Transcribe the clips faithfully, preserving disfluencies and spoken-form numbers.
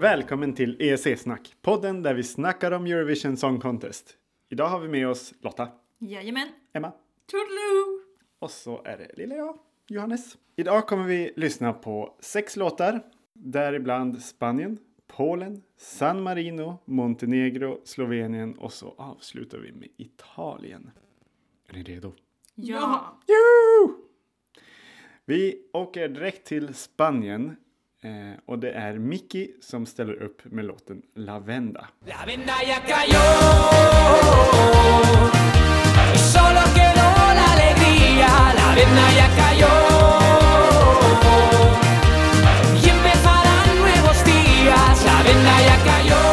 Välkommen till E S C-snack, podden där vi snackar om Eurovision Song Contest. Idag har vi med oss Lotta. Jajamän. Emma. Toodaloo! Och så är det lilla jag, Johannes. Idag kommer vi lyssna på sex låtar, däribland Spanien, Polen, San Marino, Montenegro, Slovenien och så avslutar vi med Italien. Är ni redo? Ja! Jo! Vi åker direkt till Spanien. Eh, och det är Miki som ställer upp med låten La Venda. La venda ya cayó, solo quedó la alegría. La venda ya cayó, y empezarán nuevos días. La venda ya cayó.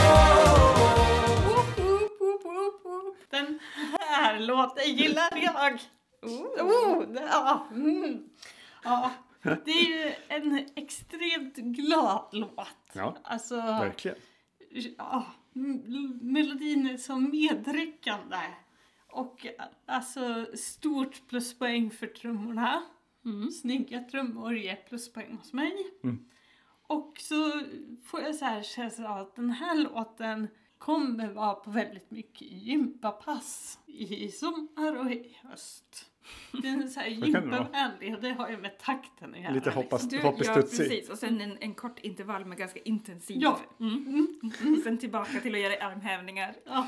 Den här låten gillar jag. Oh, det, ja. Mm. Ja. Det är ju en extremt glad låt. Ja, alltså, verkligen. Ja, m- melodin är så medryckande. Och alltså stort pluspoäng för trummorna. Mm. Snygga trummor ger pluspoäng hos mig. Mm. Och så får jag så här känsla av att den här låten kommer vara på väldigt mycket gympapass i sommar och i höst. Den är så här gympavänlig och det har ju med takten att göra. Lite hoppas, Du, hoppas ja, studsig. precis. Och sen en, en kort intervall med ganska intensiv. Ja. Mm. Och sen tillbaka till att göra armhävningar. Ja.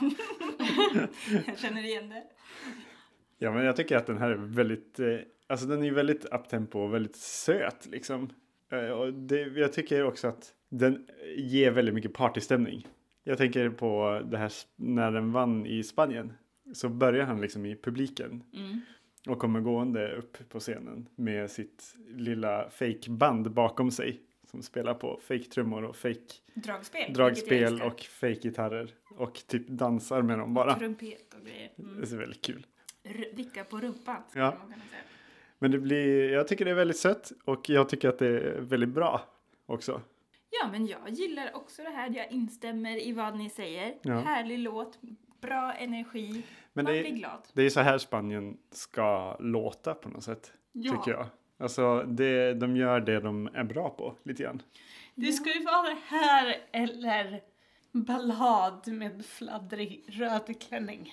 Jag känner igen det. Ja, men jag tycker att den här är väldigt, eh, alltså den är väldigt uptempo och väldigt söt liksom. Eh, och det, jag tycker också att den ger väldigt mycket partystämning. Jag tänker på det här när den vann i Spanien. Så börjar han liksom i publiken. Mm. Och kommer gående upp på scenen med sitt lilla fake-band bakom sig. Som spelar på fake-trummor och fake Dragspel. dragspel och fake-gitarrer. Och typ dansar med dem bara. Trumpet och grejer. Mm. Det är väldigt kul. R- vicka på rumpan. Ja. Ja. Man kunna säga. Men det blir, jag tycker det är väldigt sött. Och jag tycker att det är väldigt bra också. Ja, men jag gillar också det här. Jag instämmer i vad ni säger. Ja. Härlig låt. Bra energi. Men Man det blir är, glad. det är så här Spanien ska låta på något sätt. Ja. Tycker jag. Alltså det, de gör det de är bra på lite grann. Det ska ju vara det här eller ballad med fladdrig röd klänning.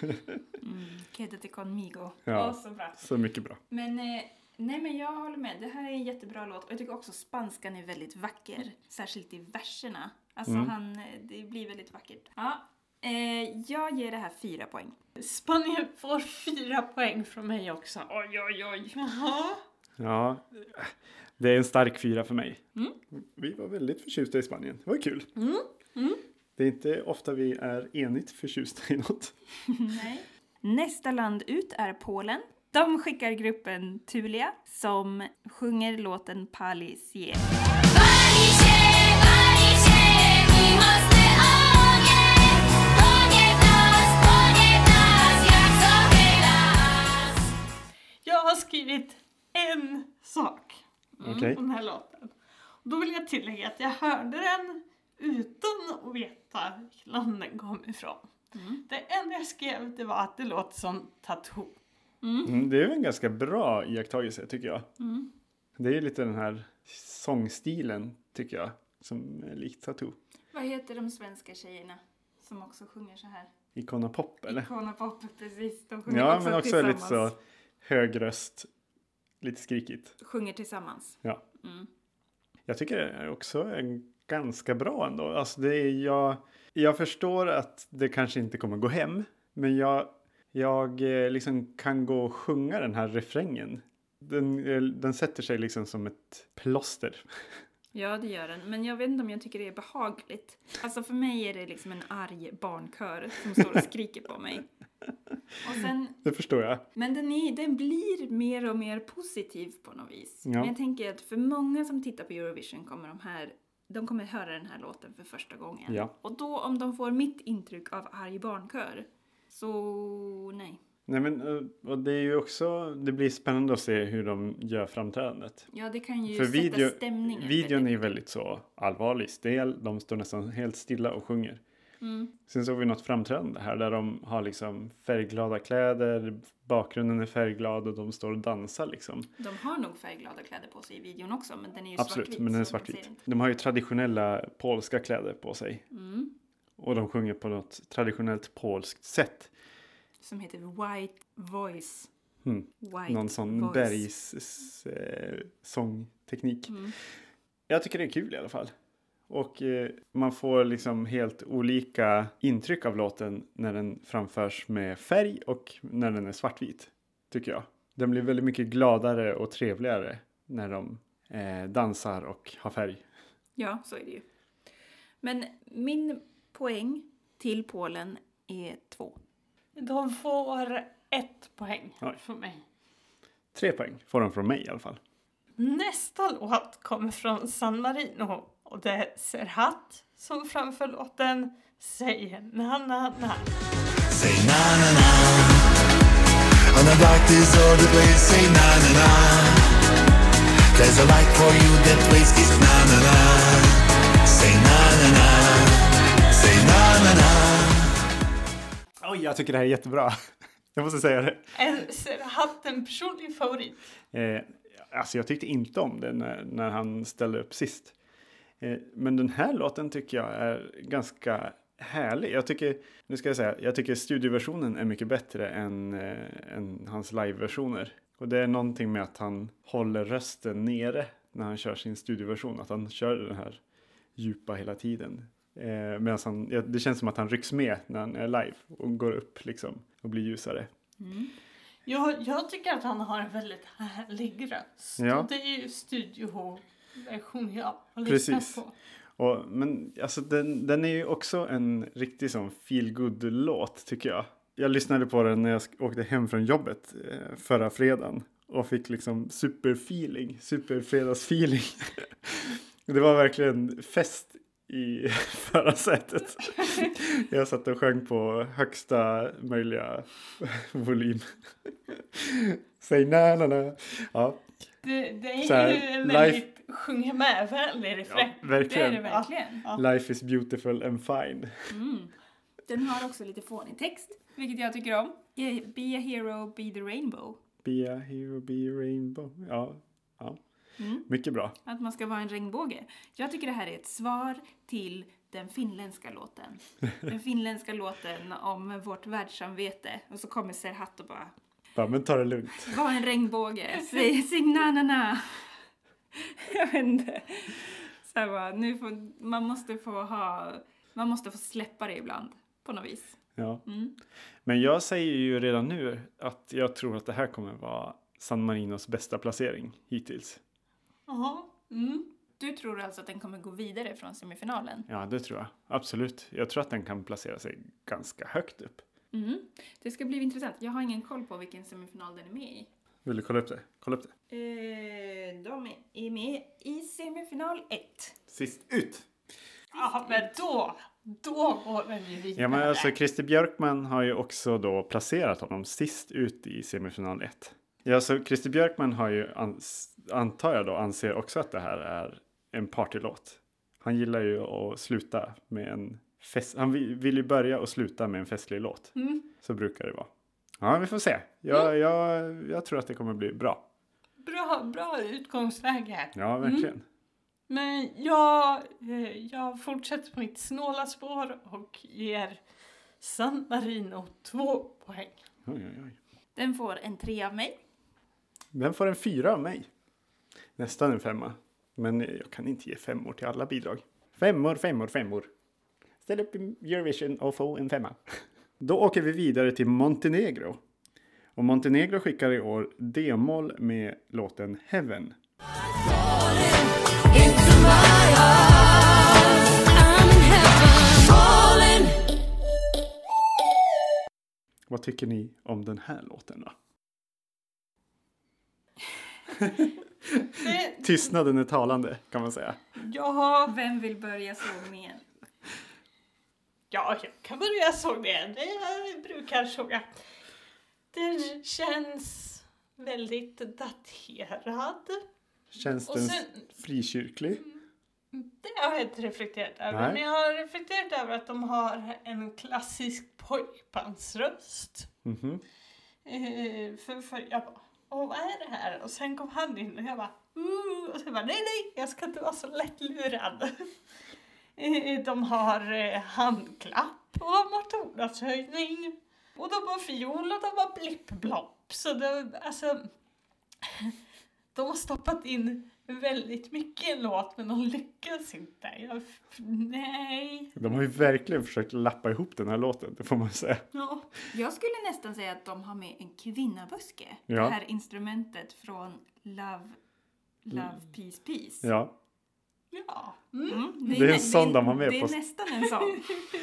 Mm. Quédate conmigo. Ja. Åh, så bra. Så mycket bra. Men, eh, nej men jag håller med. Det här är en jättebra låt. Och jag tycker också spanskan är väldigt vacker. Särskilt i verserna. Alltså Mm. han, det blir väldigt vackert. Ja, eh, jag ger det här fyra poäng. Spanien får fyra poäng från mig också. Oj, oj, oj. Jaha. Ja, det är en stark fyra för mig. Mm. Vi var väldigt förtjusta i Spanien. Det var kul. Mm. Mm. Det är inte ofta vi är enigt förtjusta i något. Nej. Nästa land ut är Polen. De skickar gruppen Tulia som sjunger låten Palisie. Palisie, palisie, mi måste ånge, ånge nas, ånge nas, jak så hela. Jag har skrivit en sak Okej. om den här låten. Och då vill jag tillägga att jag hörde den utan att veta vilket land den kom ifrån. Mm. Det enda jag skrev det var att det låter som Tattoo. Mm, det är en ganska bra iakttagelse tycker jag. Mm. Det är lite den här sångstilen tycker jag. Som är likt Tattoo. Vad heter de svenska tjejerna som också sjunger så här? Icona Pop eller? Icona Pop, precis. De sjunger Ja, också men också lite tillsammans. så hög röst. Lite skrikigt. Sjunger tillsammans. Ja. Mm. Jag tycker det är också en ganska bra ändå. Alltså det är jag, jag förstår att det kanske inte kommer gå hem. Men jag, jag eh, liksom kan gå och sjunga den här refrängen. Den, eh, den sätter sig liksom som ett plåster. Ja, det gör den. Men jag vet inte om jag tycker det är behagligt. Alltså för mig är det liksom en arg barnkör som står och skriker på mig. Och sen, Det förstår jag. men den, är, den blir mer och mer positiv på något vis. Ja. Men jag tänker att för många som tittar på Eurovision kommer de här, de kommer höra den här låten för första gången. Ja. Och då om de får mitt intryck av arg barnkör, så nej. Nej men eh, och det är ju också, det blir spännande att se hur de gör framträdandet. Ja, det kan ju För sätta video, stämningen. videon är väldigt. väldigt så allvarlig stel. De står nästan helt stilla och sjunger. Mm. Sen såg vi något framträdande här där de har liksom färgglada kläder, bakgrunden är färgglad och de står och dansar liksom. De har nog färgglada kläder på sig i videon också, men den är ju Absolut, svartvit. men den är så man ser svartvit. inte. De har ju traditionella polska kläder på sig. Mm. Och de sjunger på något traditionellt polskt sätt. Som heter White Voice. Mm. White Någon sån Voice. bergs eh, sångteknik. Mm. Jag tycker det är kul i alla fall. Och eh, man får liksom helt olika intryck av låten när den framförs med färg och när den är svartvit, tycker jag. Den blir väldigt mycket gladare och trevligare när de eh, dansar och har färg. Ja, så är det ju. Men min poäng till Polen är två. De får ett poäng Oj. för mig. Tre poäng får de från mig i alla fall. Nästa låt kommer från San Marino och det är Serhat som framför låten säger na na na. Say na na na. On the dark deserted place, say na na na. There's a light for you, that place is na na na. Say na na na. Say na na na. Oj, jag tycker det här är jättebra. Jag måste säga det. Är Serhat en personlig favorit? Eh, alltså jag tyckte inte om det när, när han ställde upp sist. Eh, men den här låten tycker jag är ganska härlig. Jag tycker, nu ska jag säga, jag tycker studioversionen är mycket bättre än, eh, än hans liveversioner. Och det är någonting med att han håller rösten nere när han kör sin studioversion. Att han kör den här djupa hela tiden. Eh, medan han, ja, det känns som att han rycks med när han är live och går upp liksom och blir ljusare. Mm. Jag, jag tycker att han har en väldigt härlig röst. Ja. Och det är ju studioversion jag har Precis. lyssnat på. Och, men alltså den, den är ju också en riktig sån feel-good-låt tycker jag. Jag lyssnade på den när jag sk- åkte hem från jobbet eh, förra fredagen. Och fick liksom superfeeling, superfredagsfeeling. Det var verkligen fest i förarsätet. Jag satt och sjöng på högsta möjliga volym. Säg na na na. Ja, Det, det är Så här, ju en life- väldigt sjunga med-vänlig refräng. ja verkligen. Det är det verkligen. Ja. Life is beautiful and fine. Mm. Den har också lite fånig text, vilket jag tycker om. Yeah, be a hero, be the rainbow. Be a hero, be a rainbow. Ja, ja. Mm. Mycket bra. Att man ska vara en regnbåge. Jag tycker det här är ett svar till den finländska låten. Den finländska låten om vårt världssamvete. Och så kommer Serhat och bara, Ja, men ta det lugnt. var en regnbåge, säg, sing na na na. Jag vet inte. Så här bara, nu får, man måste få ha, man måste få släppa det ibland. På något vis. Ja. Mm. Men jag säger ju redan nu att jag tror att det här kommer vara San Marinos bästa placering hittills. Jaha. Mm. Du tror alltså att den kommer gå vidare från semifinalen? Ja, det tror jag. Absolut. Jag tror att den kan placera sig ganska högt upp. Mm. Det ska bli intressant. Jag har ingen koll på vilken semifinal den är med i. Vill du kolla upp det? Kolla upp det. Eh, de är med i semifinal ett. Sist ut! Ja, men då, då går den ju vidare. Ja, men alltså Christer Björkman har ju också då placerat honom sist ut i semifinal ett. Ja, så Christer Björkman har ju, ans- antar jag då, anser också att det här är en partylåt. Han gillar ju att sluta med en fest. Han vill, vill ju börja och sluta med en festlig låt. Mm. Så brukar det vara. Ja, vi får se. Jag, jag, jag tror att det kommer bli bra. Bra, bra utgångsläge. Ja, verkligen. Men jag, eh, jag fortsätter på mitt snåla spår och ger San Marino två poäng. Oj, oj, oj. Den får en tre av mig. Den får en fyra av mig. Nästan en femma. Men jag kan inte ge femmor till alla bidrag. Femmor, femmor, femmor. Ställ upp i Eurovision och få en femma. Då åker vi vidare till Montenegro. Och Montenegro skickar i år D-moll med låten Heaven. Into my heart, I'm in heaven, falling. Vad tycker ni om den här låten då? Det, Tystnaden är talande kan man säga. jag, Vem vill börja sågningen? ja, jag kan börja såg det. Det jag brukar såga. Den känns väldigt daterad. Känns Och den sen- frikyrklig? Det har jag inte reflekterat över. Nej. Men jag har reflekterat över att de har en klassisk pojkbandsröst. Mhm. Eh, för, för jag bara, åh vad är det här? Och sen kom han in och jag bara, uh, och så bara, nej nej, jag ska inte vara så lättlurad. eh, de har eh, handklapp och motorashöjning. Och de har fiol och de har blippblopp. Så det, alltså, de har stoppat in väldigt mycket i en låt, men de lyckas inte. Jag, nej. De har ju verkligen försökt lappa ihop den här låten, det får man säga. Ja. Jag skulle nästan säga att de har med en kvinnaböske. Ja. Det här instrumentet från Love, Love, Peace, Peace. Ja, Ja. Mm. Mm, Det är en nä- sån det, de har med Det på- är nästan en sån.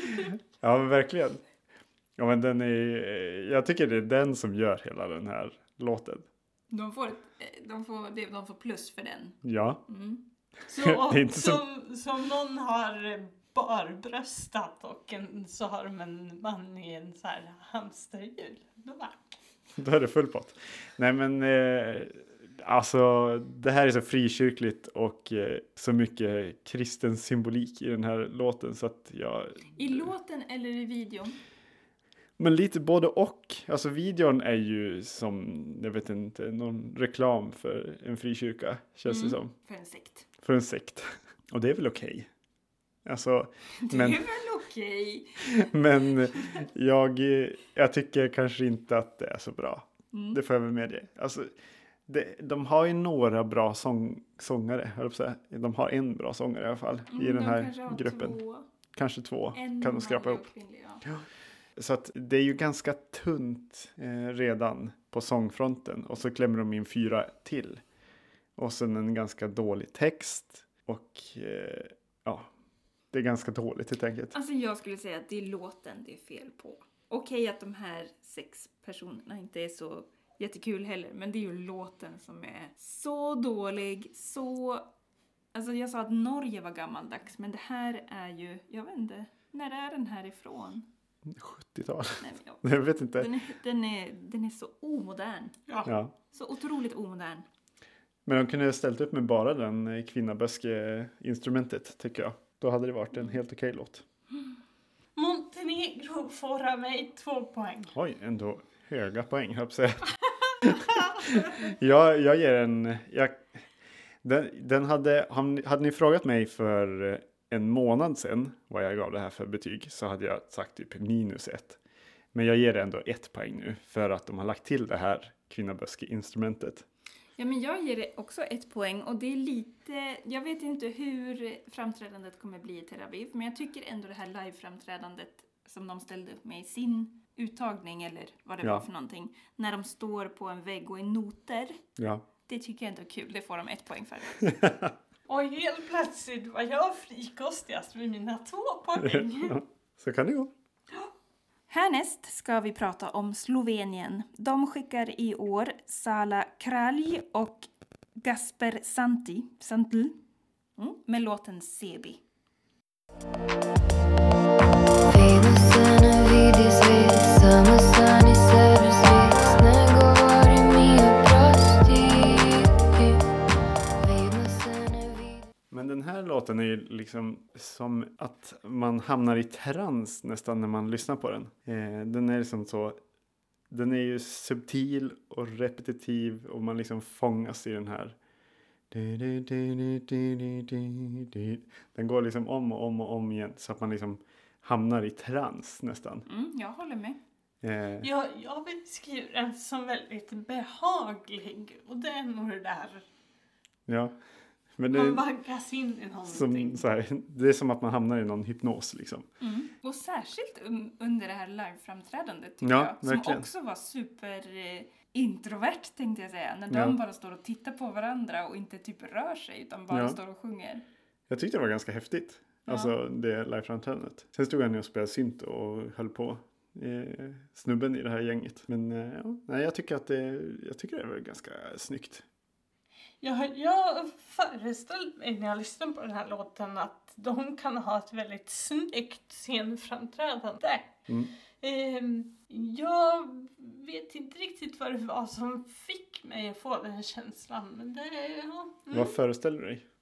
ja men verkligen. Ja men den är, jag tycker det är den som gör hela den här låten. De får, ett- de får, det- de får plus för den. Ja, Mm. Så, Det är inte så- som, som någon har barbröstat och en, så har de en man i en så här hamsterhjul. Då bara, då är det full pott. Nej men, eh, alltså det här är så frikyrkligt och eh, så mycket kristen symbolik i den här låten så att jag... I låten eller i videon? Men lite både och. Alltså videon är ju som, jag vet inte, någon reklam för en frikyrka, känns det som. För en sekt. För en sekt. Och det är väl okej. Alltså, Det men, är väl okej? men jag, jag tycker kanske inte att det är så bra. Mm. Det får jag väl medge. Alltså, det, de har ju några bra sång, sångare, höll jag på att säga. De har en bra sångare i alla fall i Mm, den de här kanske har gruppen. Två. Kanske två En kan de skrapa manlig ihop. och kvinnlig, ja. Så att det är ju ganska tunt eh, redan på sångfronten. Och så klämmer de in fyra till. Och sen en ganska dålig text. Och eh, ja, det är ganska dåligt helt enkelt. Alltså jag skulle säga att det är låten det är fel på. Okej att de här sex personerna inte är så jättekul heller. Men det är ju låten som är så dålig, så... Alltså jag sa att Norge var gammaldags, men det här är ju... Jag vet inte, när är den här ifrån? sjuttiotal. Nej, men jag, Jag vet inte. den, är, den, är, den är så omodern. ja. Ja. Så otroligt omodern. Men de kunde ha ställt upp med bara den eh, kvinnaböske-instrumentet tycker jag. Då hade det varit en helt okej låt. Montenegro får av mig två poäng. Oj, ändå höga poäng, höll jag på att säga. jag, jag ger en... Jag, den, den hade, hade ni frågat mig för en månad sedan vad jag gav det här för betyg så hade jag sagt typ minus ett. Men jag ger ändå ett poäng nu för att de har lagt till det här kvinnaböske-instrumentet. Ja, men jag ger det också ett poäng och det är lite... Jag vet inte hur framträdandet kommer bli i Tel Aviv, men jag tycker ändå det här live-framträdandet som de ställde upp med i sin uttagning eller vad det Ja. var för någonting. När de står på en vägg och är noter. Ja. Det tycker jag ändå är kul. Det får de ett poäng för. Och helt plötsligt var jag frikostigast med mina två poäng. Ja, så kan det gå. Härnäst ska vi prata om Slovenien. De skickar i år Sala Kralj och Gasper Santi, Santl mm, med låten Sebi. Venus ne vidi svet, samo sani sebe svet, ne govori mi oprosti. Venus ne vidi. Men den här låten är ju liksom som att man hamnar i trans nästan när man lyssnar på den. Eh, den är liksom så, den är ju subtil och repetitiv och man liksom fångas i den här. Den går liksom om och om och om igen så att man liksom hamnar i trans nästan. Mm, jag håller med. Eh, Jag, jag beskriver den som väldigt behaglig. Och det är nog det där. ja. Men Man det, vaggas in i någonting. som, så här, det är som att man hamnar i någon hypnos liksom. Mm. Och särskilt um, under det här live-framträdandet tycker Ja, jag. Som verkligen. också var super eh, introvert tänkte jag säga. När de Ja. bara står och tittar på varandra och inte typ rör sig utan bara Ja. står och sjunger. Jag tyckte det var ganska häftigt. Ja. Alltså det liveframträdandet. Sen stod han och spelade synt och höll på. Eh, snubben i det här gänget. Men eh, ja, nej, jag tycker att det, jag tycker det är väl ganska snyggt. Jag, jag föreställer mig när jag lyssnar på den här låten att de kan ha ett väldigt snyggt scenframträdande. Mm. Ehm, jag vet inte riktigt vad det var som fick mig att få den känslan. Men det, ja. Mm. Vad föreställer du dig?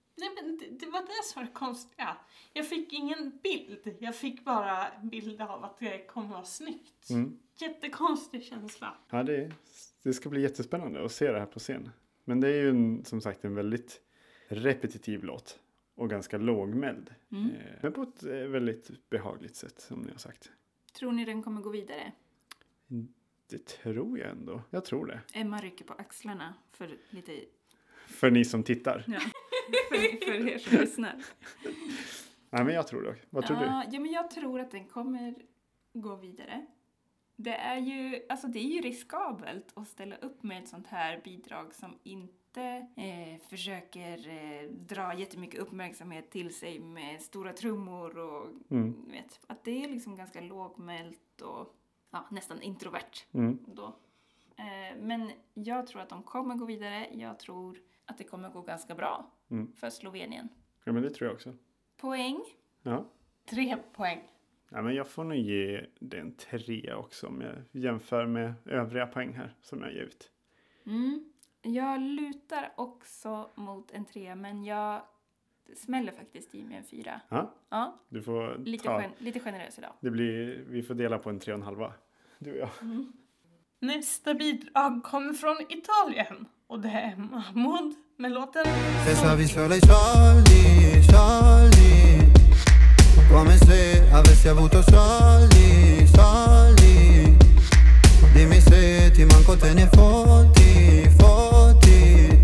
Nej, men det, det var det som var konstiga. Jag fick ingen bild. Jag fick bara en bild av att det kommer vara snyggt. Mm. Jättekonstig känsla. Ja, det, det ska bli jättespännande att se det här på scen. Men det är ju en, som sagt en väldigt repetitiv låt. Och ganska lågmäld. Mm. Eh, men på ett eh, väldigt behagligt sätt, som ni har sagt. Tror ni den kommer gå vidare? Det tror jag ändå. Jag tror det. Emma rycker på axlarna för lite... För ni som tittar. Ja, för, för er som lyssnar. Nej, men jag tror det. Vad tror Ja, ja, men jag tror att den kommer gå vidare. Det är ju, alltså det är ju riskabelt att ställa upp med ett sånt här bidrag som inte eh, försöker eh, dra jättemycket uppmärksamhet till sig med stora trummor och du? Mm. vet, att det är liksom ganska lågmält och ja, nästan introvert Mm. då. Eh, men jag tror att de kommer gå vidare. Jag tror att det kommer gå ganska bra Mm. för Slovenien. Ja, men det tror jag också. Poäng. Ja. Tre poäng. Ja, men jag får nog ge det en tre också om jag jämför med övriga poäng här som jag givit. Mm. Jag lutar också mot en tre, men jag smäller faktiskt i med en fyra. Ja, Ja, du får lite, ta. gen- lite generös idag. Det blir, vi får dela på en tre och en halva. Du och jag. Nästa bidrag kommer från Italien. Och det är Mahmoud med låten... Pensavi solo ai soldi, soldi. Come se avessi avuto soldi, soldi. Dimmi se ti manco te ne fotti, fotti.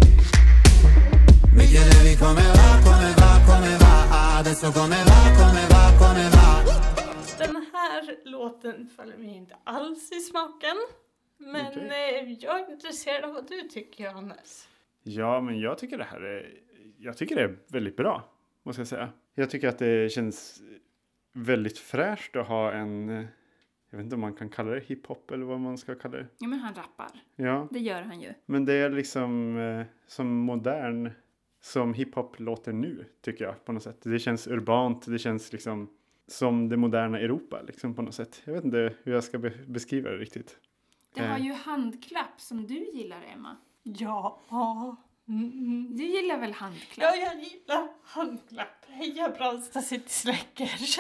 Mi chiedevi come va, come va, come va. Adesso come va, come va, come va. Den här låten faller mig inte alls i smaken. Men Okej. eh, jag är intresserad av vad du tycker, Johannes. Ja, men jag tycker det här är, jag tycker det är väldigt bra, måste jag säga. Jag tycker att det känns väldigt fräscht att ha en, jag vet inte om man kan kalla det hiphop eller vad man ska kalla det. Ja, men han rappar. Ja, Det gör han ju. men det är liksom eh, som modern, som hiphop låter nu, tycker jag på något sätt. Det känns urbant, det känns liksom som det moderna Europa, liksom på något sätt. Jag vet inte hur jag ska be- beskriva det riktigt. Det har Eh. ju handklapp som du gillar, Emma. Ja. Mm. Du gillar väl handklapp? Ja, jag gillar handklapp. Heja Brandsta City Släckers.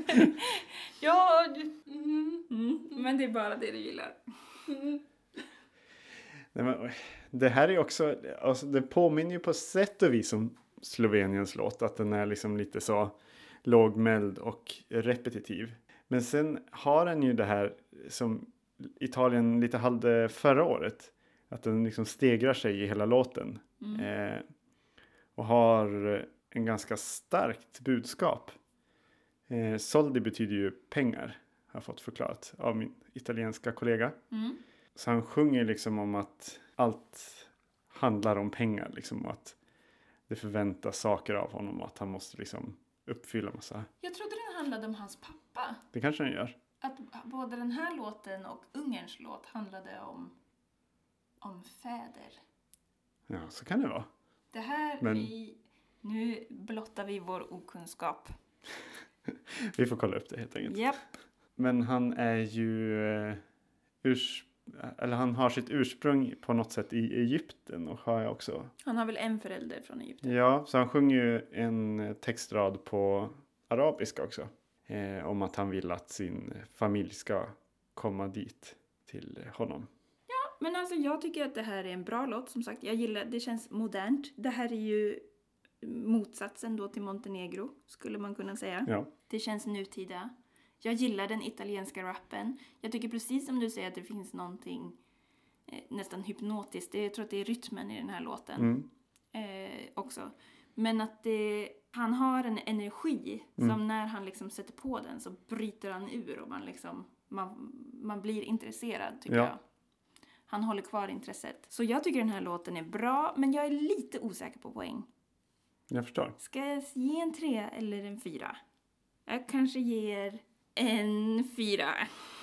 Ja, mm, Mm, men det är bara det du gillar. mm. Nej, men, oj. Det här är också, alltså, det påminner ju på sätt och vis om Sloveniens låt. Att den är liksom lite så lågmäld och repetitiv. Men sen har den ju det här som Italien lite hade förra året. Att den liksom stegrar sig i hela låten. Mm. Eh, och har en ganska starkt budskap. Eh, soldi betyder ju pengar. Har jag fått förklarat av min italienska kollega. Mm. Så han sjunger liksom om att allt handlar om pengar. Liksom, och att det förväntas saker av honom. Och att han måste liksom uppfylla massa. Jag trodde den handlade om hans pappa. Det kanske han gör. Att både den här låten och Ungerns låt handlade om, om fäder. Ja, så kan det vara. Det här, Men- vi, nu blottar vi vår okunskap. Vi får kolla upp det helt enkelt. Japp. Men han är ju eh, urs- eller han har sitt ursprung på något sätt i Egypten och har jag också. Han har väl en förälder från Egypten. Ja, så han sjunger ju en textrad på arabiska också. Eh, om att han vill att sin familj ska komma dit till honom. Men alltså jag tycker att det här är en bra låt. Som sagt, jag gillar, det känns modernt. Det här är ju motsatsen då till Montenegro, skulle man kunna säga. Ja, Det känns nutida. Jag gillar den italienska rappen. Jag tycker precis som du säger att det finns någonting eh, nästan hypnotiskt. Det, jag tror att det är rytmen i den här låten mm. eh, också. Men att det, han har en energi Mm. som när han liksom sätter på den så bryter han ur och man liksom man, man blir intresserad tycker Ja. jag. Han håller kvar intresset. Så jag tycker den här låten är bra, men jag är lite osäker på poäng. jag förstår. Ska jag ge en tre eller en fyra? Jag kanske ger en fyra.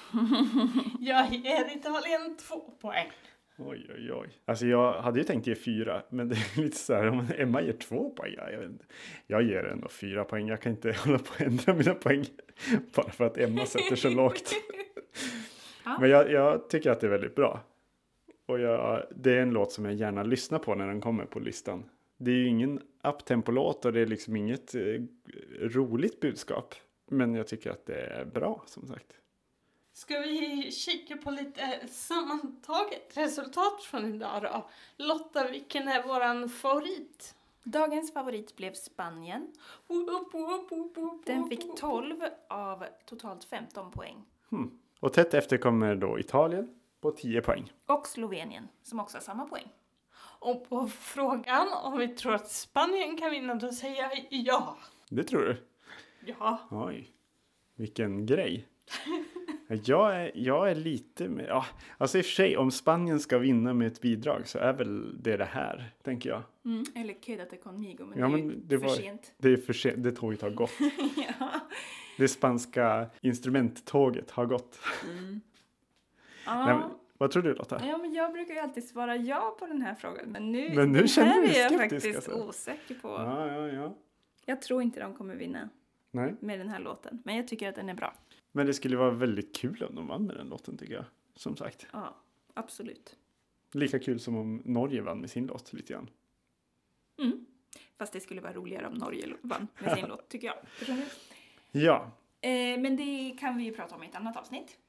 Jag ger Italien två poäng. Oj, oj, oj. Alltså jag hade ju tänkt ge fyra, men det är lite så här, om Emma ger två poäng, ja, jag vet inte. Jag ger ändå fyra poäng, jag kan inte hålla på att ändra mina poäng bara för att Emma sätter så lågt. Ja. Men jag, jag tycker att det är väldigt bra. Och jag, det är en låt som jag gärna lyssnar på när den kommer på listan. det är ju ingen uptempo-låt och det är liksom inget eh, roligt budskap. Men jag tycker att det är bra, som sagt. Ska vi kika på lite sammantaget resultat från idag då? Lotta, vilken är våran favorit? Dagens favorit blev Spanien. Den fick tolv av totalt femton poäng. Hmm. Och tätt efter kommer då Italien på tio poäng. Och Slovenien som också har samma poäng. Och på frågan om vi tror att Spanien kan vinna, då säger jag ja. Det tror du? Ja. Oj, vilken grej. Jag är, jag är lite med, ja, alltså i och för sig, om Spanien ska vinna med ett bidrag så är väl det det här, tänker jag. Mm. Eller Quédate conmigo, men Ja, det är men ju det för var- sent. Det är för sent, det tåget har gått. Ja. Det spanska instrumenttåget har gått. Mm. Nej, Ja. men, vad tror du, Lotta? Ja, men jag brukar ju alltid svara ja på den här frågan. Men nu, Men nu den känner här du dig är jag skeptisk, faktiskt alltså. osäker på. Ja, ja, ja. Jag tror inte de kommer vinna Nej. med den här låten. Men jag tycker att den är bra. Men det skulle vara väldigt kul om de vann med den låten, tycker jag. Som sagt. Ja, absolut. Lika kul som om Norge vann med sin låt, lite grann. Mm. Fast det skulle vara roligare om Norge vann med sin låt, tycker jag. personligen. Ja. Eh, men det kan vi ju prata om i ett annat avsnitt.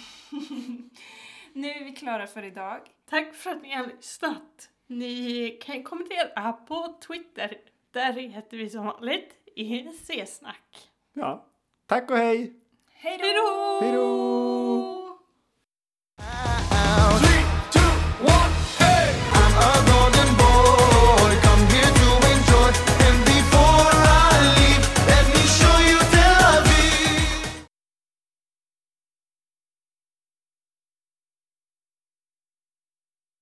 Nu är vi klara för idag. Tack för att ni har lyssnat. Ni kan kommentera på Twitter. Där heter vi som vanligt E C-snack. Ja. Tack och hej! Hej Hej då! Hej då!